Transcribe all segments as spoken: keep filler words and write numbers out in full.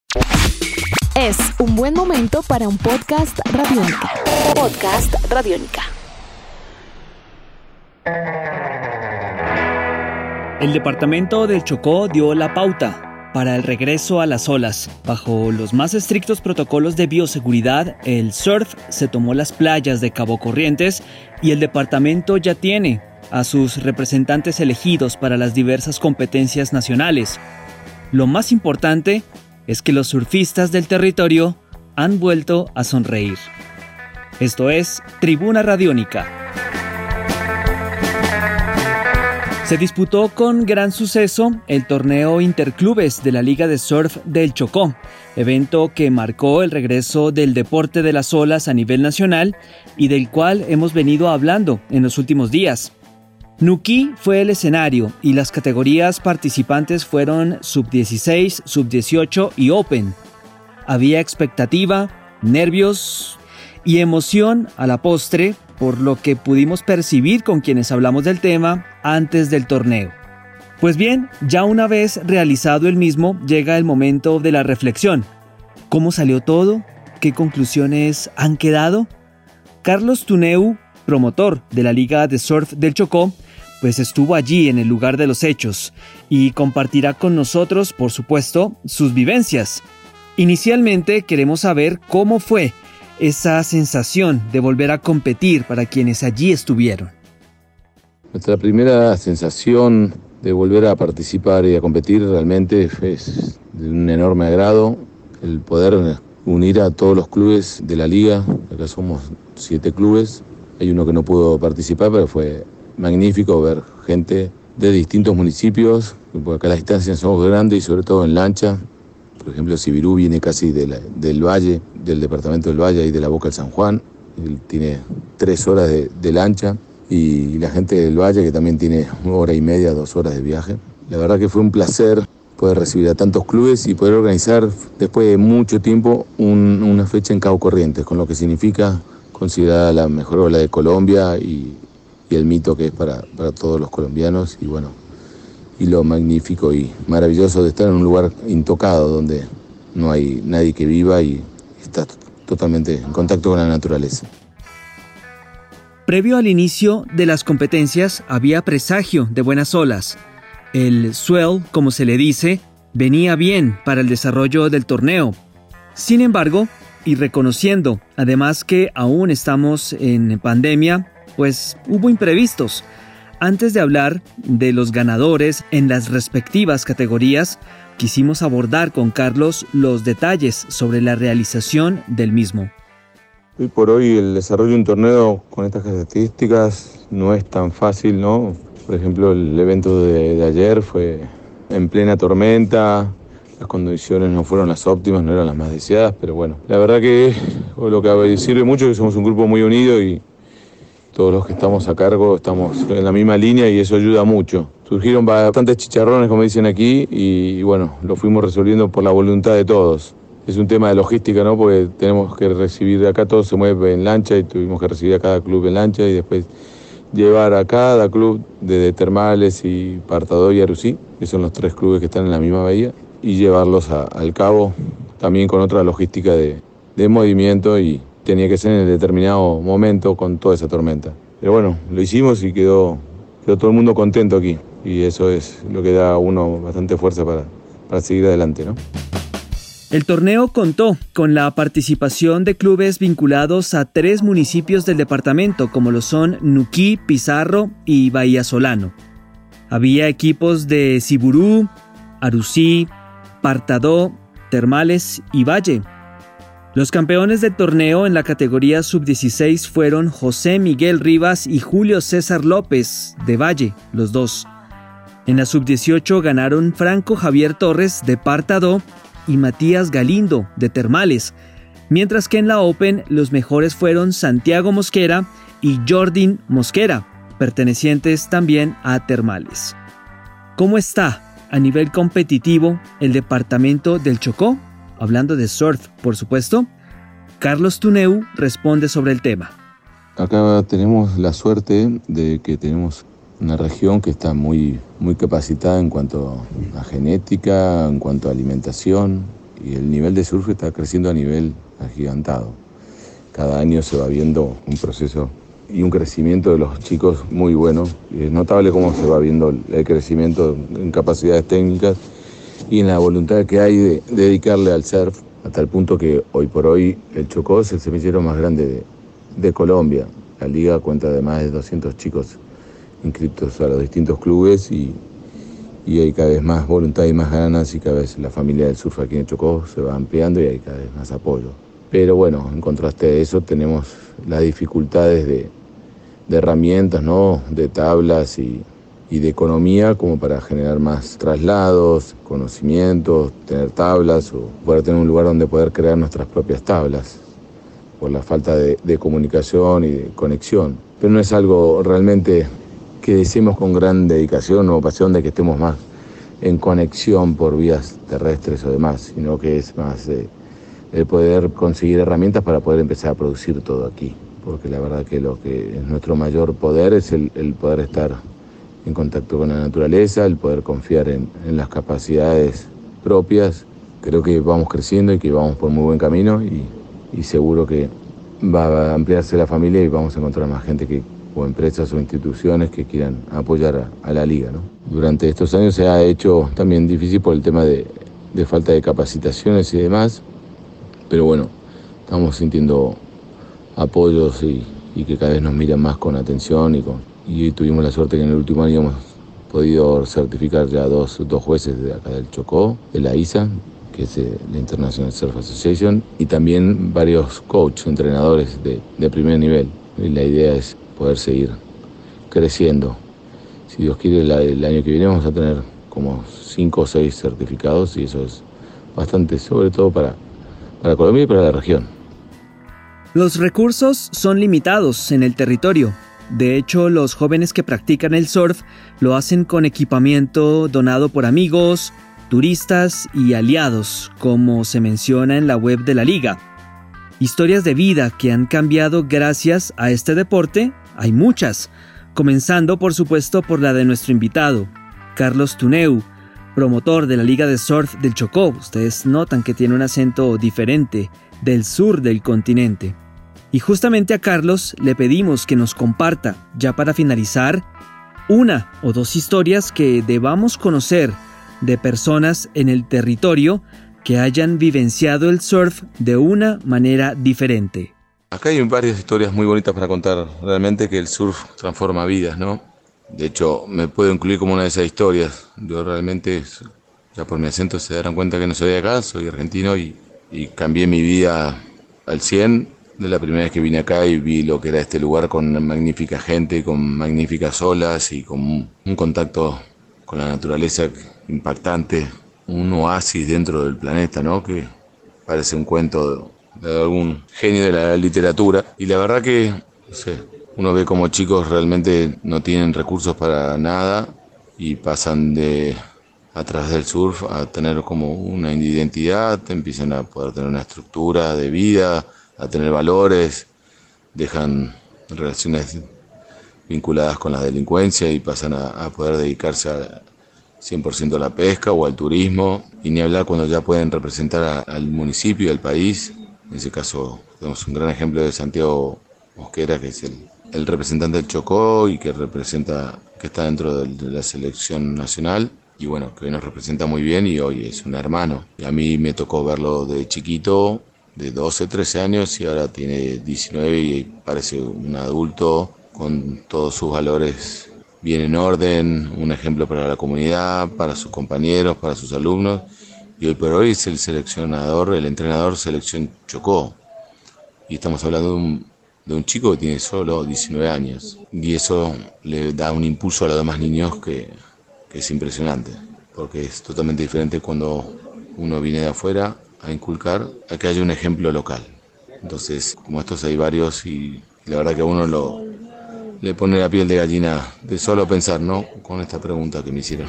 Es un buen momento para un podcast Radiónica. Podcast Radiónica. El departamento del Chocó dio la pauta para el regreso a las olas. Bajo los más estrictos protocolos de bioseguridad, el surf se tomó las playas de Cabo Corrientes y el departamento ya tiene a sus representantes elegidos para las diversas competencias nacionales. Lo más importante es que los surfistas del territorio han vuelto a sonreír. Esto es Tribuna Radiónica. Se disputó con gran suceso el torneo Interclubes de la Liga de Surf del Chocó, evento que marcó el regreso del deporte de las olas a nivel nacional y del cual hemos venido hablando en los últimos días. Nuquí fue el escenario y las categorías participantes fueron sub dieciséis, sub dieciocho y Open. Había expectativa, nervios y emoción a la postre, por lo que pudimos percibir con quienes hablamos del tema antes del torneo. Pues bien, ya una vez realizado el mismo, llega el momento de la reflexión. ¿Cómo salió todo? ¿Qué conclusiones han quedado? Carlos Tuneu, promotor de la Liga de Surf del Chocó, pues estuvo allí en el lugar de los hechos y compartirá con nosotros, por supuesto, sus vivencias. Inicialmente queremos saber cómo fue esa sensación de volver a competir para quienes allí estuvieron. Nuestra primera sensación de volver a participar y a competir realmente es de un enorme agrado el poder unir a todos los clubes de la liga. Acá somos siete clubes, hay uno que no pudo participar, pero fue magnífico ver gente de distintos municipios, porque acá las distancias son grandes y sobre todo en lancha. Por ejemplo, Sibirú viene casi de la, del Valle, del departamento del Valle y de la Boca del San Juan. Él tiene tres horas de, de lancha y la gente del Valle que también tiene una hora y media, dos horas de viaje. La verdad que fue un placer poder recibir a tantos clubes y poder organizar después de mucho tiempo un, una fecha en Cabo Corrientes, con lo que significa considerada la mejor ola de Colombia y, y el mito que es para, para todos los colombianos y bueno, y lo magnífico y maravilloso de estar en un lugar intocado donde no hay nadie que viva y está totalmente en contacto con la naturaleza. Previo al inicio de las competencias había presagio de buenas olas. El swell, como se le dice, venía bien para el desarrollo del torneo. Sin embargo, y reconociendo además que aún estamos en pandemia, pues hubo imprevistos. Antes de hablar de los ganadores en las respectivas categorías, quisimos abordar con Carlos los detalles sobre la realización del mismo. Hoy por hoy el desarrollo de un torneo con estas características no es tan fácil, ¿no? Por ejemplo, el evento de, de ayer fue en plena tormenta, las condiciones no fueron las óptimas, no eran las más deseadas, pero bueno, la verdad que lo que sirve mucho es que somos un grupo muy unido y todos los que estamos a cargo estamos en la misma línea y eso ayuda mucho. Surgieron bastantes chicharrones, como dicen aquí, y, y bueno, lo fuimos resolviendo por la voluntad de todos. Es un tema de logística, ¿no? Porque tenemos que recibir de acá, todo se mueve en lancha y tuvimos que recibir a cada club en lancha y después llevar a cada club de Termales y Partadó y Arusí, que son los tres clubes que están en la misma bahía, y llevarlos a, al cabo también con otra logística de, de movimiento y tenía que ser en determinado momento con toda esa tormenta. Pero bueno, lo hicimos y quedó, quedó todo el mundo contento aquí. Y eso es lo que da a uno bastante fuerza para, para seguir adelante, ¿no? El torneo contó con la participación de clubes vinculados a tres municipios del departamento, como lo son Nuquí, Pizarro y Bahía Solano. Había equipos de Sibirú, Arusí, Partadó, Termales y Valle. Los campeones del torneo en la categoría sub dieciséis fueron José Miguel Rivas y Julio César López, de Valle, los dos. En la sub dieciocho ganaron Franco Javier Torres, de Partadó, y Matías Galindo, de Termales, mientras que en la Open los mejores fueron Santiago Mosquera y Jordin Mosquera, pertenecientes también a Termales. ¿Cómo está a nivel competitivo el departamento del Chocó? Hablando de surf, por supuesto, Carlos Tuneu responde sobre el tema. Acá tenemos la suerte de que tenemos una región que está muy, muy capacitada en cuanto a genética, en cuanto a alimentación, y el nivel de surf está creciendo a nivel agigantado. Cada año se va viendo un proceso y un crecimiento de los chicos muy bueno. Y es notable cómo se va viendo el crecimiento en capacidades técnicas y en la voluntad que hay de, de dedicarle al surf, hasta el punto que hoy por hoy el Chocó es el semillero más grande de, de Colombia. La liga cuenta de más de doscientos chicos inscritos a los distintos clubes y, y hay cada vez más voluntad y más ganas, y cada vez la familia del surf aquí en el Chocó se va ampliando y hay cada vez más apoyo. Pero bueno, en contraste a eso tenemos las dificultades de, de herramientas, ¿no? De tablas y, y de economía como para generar más traslados, conocimientos, tener tablas o poder tener un lugar donde poder crear nuestras propias tablas por la falta de, de comunicación y de conexión. Pero no es algo realmente que deseemos con gran dedicación o pasión de que estemos más en conexión por vías terrestres o demás, sino que es más eh, el poder conseguir herramientas para poder empezar a producir todo aquí. Porque la verdad que lo que es nuestro mayor poder es el, el poder estar en contacto con la naturaleza, el poder confiar en, en las capacidades propias. Creo que vamos creciendo y que vamos por muy buen camino y, y seguro que va a ampliarse la familia y vamos a encontrar más gente que, o empresas o instituciones que quieran apoyar a, a la liga, ¿no? Durante estos años se ha hecho también difícil por el tema de, de falta de capacitaciones y demás, pero bueno, estamos sintiendo apoyos y, y que cada vez nos miran más con atención y, con, y tuvimos la suerte que en el último año hemos podido certificar ya dos, dos jueces de acá del Chocó, de la I S A, que es la International Surf Association, y también varios coaches, entrenadores de, de primer nivel. Y la idea es poder seguir creciendo. Si Dios quiere, la, el año que viene vamos a tener como cinco o seis certificados y eso es bastante, sobre todo para, para Colombia y para la región. Los recursos son limitados en el territorio. De hecho, los jóvenes que practican el surf lo hacen con equipamiento donado por amigos, turistas y aliados, como se menciona en la web de la liga. Historias de vida que han cambiado gracias a este deporte hay muchas, comenzando por supuesto por la de nuestro invitado, Carlos Tuneu, promotor de la Liga de Surf del Chocó. Ustedes notan que tiene un acento diferente, del sur del continente. Y justamente a Carlos le pedimos que nos comparta, ya para finalizar, una o dos historias que debamos conocer de personas en el territorio que hayan vivenciado el surf de una manera diferente. Acá hay varias historias muy bonitas para contar, realmente que el surf transforma vidas, ¿no? De hecho, me puedo incluir como una de esas historias. Yo realmente, ya por mi acento se darán cuenta que no soy de acá, soy argentino y, y cambié mi vida al cien de la primera vez que vine acá y vi lo que era este lugar con magnífica gente, con magníficas olas y con un contacto con la naturaleza impactante, un oasis dentro del planeta, ¿no? Que parece un cuento de, de algún genio de la literatura. Y la verdad que, no sé, uno ve como chicos realmente no tienen recursos para nada y pasan de a través del surf a tener como una identidad, empiezan a poder tener una estructura de vida, a tener valores, dejan relaciones vinculadas con la delincuencia y pasan a, a poder dedicarse a cien por ciento a la pesca o al turismo, y ni hablar cuando ya pueden representar a, al municipio y al país. En ese caso tenemos un gran ejemplo de Santiago Mosquera, que es el, el representante del Chocó y que representa, que está dentro de, de la selección nacional, y bueno, que hoy nos representa muy bien y hoy es un hermano. Y a mí me tocó verlo de chiquito, de doce, trece años, y ahora tiene diecinueve y parece un adulto con todos sus valores bien en orden, un ejemplo para la comunidad, para sus compañeros, para sus alumnos, y hoy por hoy es el seleccionador, el entrenador selección Chocó. Y estamos hablando de un, de un chico que tiene solo diecinueve años, y eso le da un impulso a los demás niños que, que es impresionante, porque es totalmente diferente cuando uno viene de afuera a inculcar a que haya un ejemplo local. Entonces, como estos hay varios y la verdad que a uno lo, le pone la piel de gallina de solo pensar, ¿no? Con esta pregunta que me hicieron.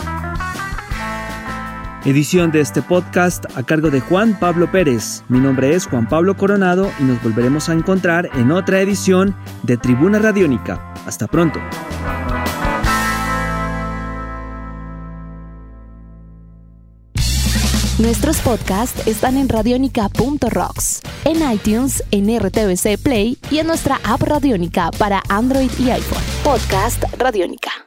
Edición de este podcast a cargo de Juan Pablo Pérez. Mi nombre es Juan Pablo Coronado y nos volveremos a encontrar en otra edición de Tribuna Radiónica. Hasta pronto. Nuestros podcasts están en radionica punto rocks, en iTunes, en R T V C Play y en nuestra app Radionica para Android y iPhone. Podcast Radionica.